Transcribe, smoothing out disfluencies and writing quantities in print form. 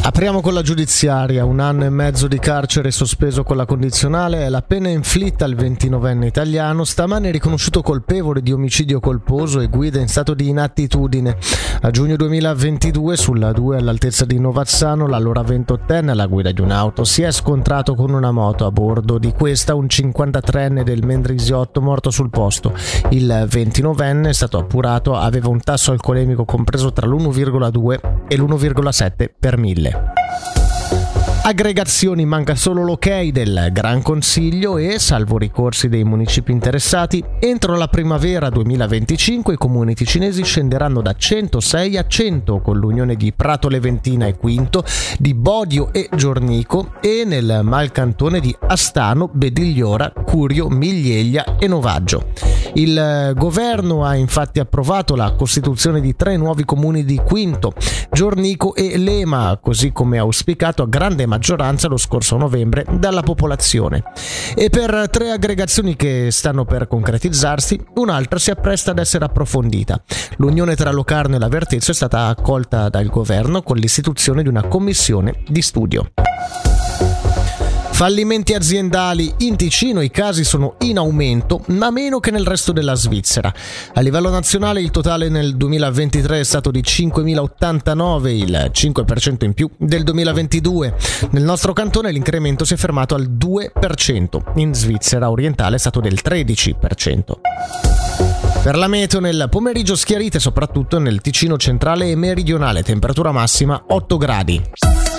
Apriamo con la giudiziaria. 1 anno e mezzo di carcere sospeso con la condizionale è la pena inflitta al 29enne italiano, stamane riconosciuto colpevole di omicidio colposo e guida in stato di inattitudine. A giugno 2022 sulla 2 all'altezza di Novazzano l'allora 28enne alla guida di un'auto si è scontrato con una moto. A bordo di questa un 53enne del Mendrisiotto morto sul posto. Il 29enne, è stato appurato, aveva un tasso alcolemico compreso tra l'1,2 e l'1,7 per 1000. Aggregazioni, manca solo l'ok del Gran Consiglio e, salvo ricorsi dei municipi interessati, entro la primavera 2025 i comuni ticinesi scenderanno da 106 a 100 con l'unione di Prato Leventina e Quinto, di Bodio e Giornico e nel Malcantone di Astano, Bedigliora, Curio, Miglieglia e Novaggio. Il governo ha infatti approvato la costituzione di 3 nuovi comuni di Quinto, Giornico e Lema, così come auspicato a grande maggioranza lo scorso novembre dalla popolazione. E per 3 aggregazioni che stanno per concretizzarsi, un'altra si appresta ad essere approfondita. L'unione tra Locarno e Lavertezzo è stata accolta dal governo con l'istituzione di una commissione di studio. Fallimenti aziendali. In Ticino i casi sono in aumento, ma meno che nel resto della Svizzera. A livello nazionale il totale nel 2023 è stato di 5.089, il 5% in più del 2022. Nel nostro cantone l'incremento si è fermato al 2%, in Svizzera orientale è stato del 13%. Per la meteo nel pomeriggio schiarite soprattutto nel Ticino centrale e meridionale, temperatura massima 8 gradi.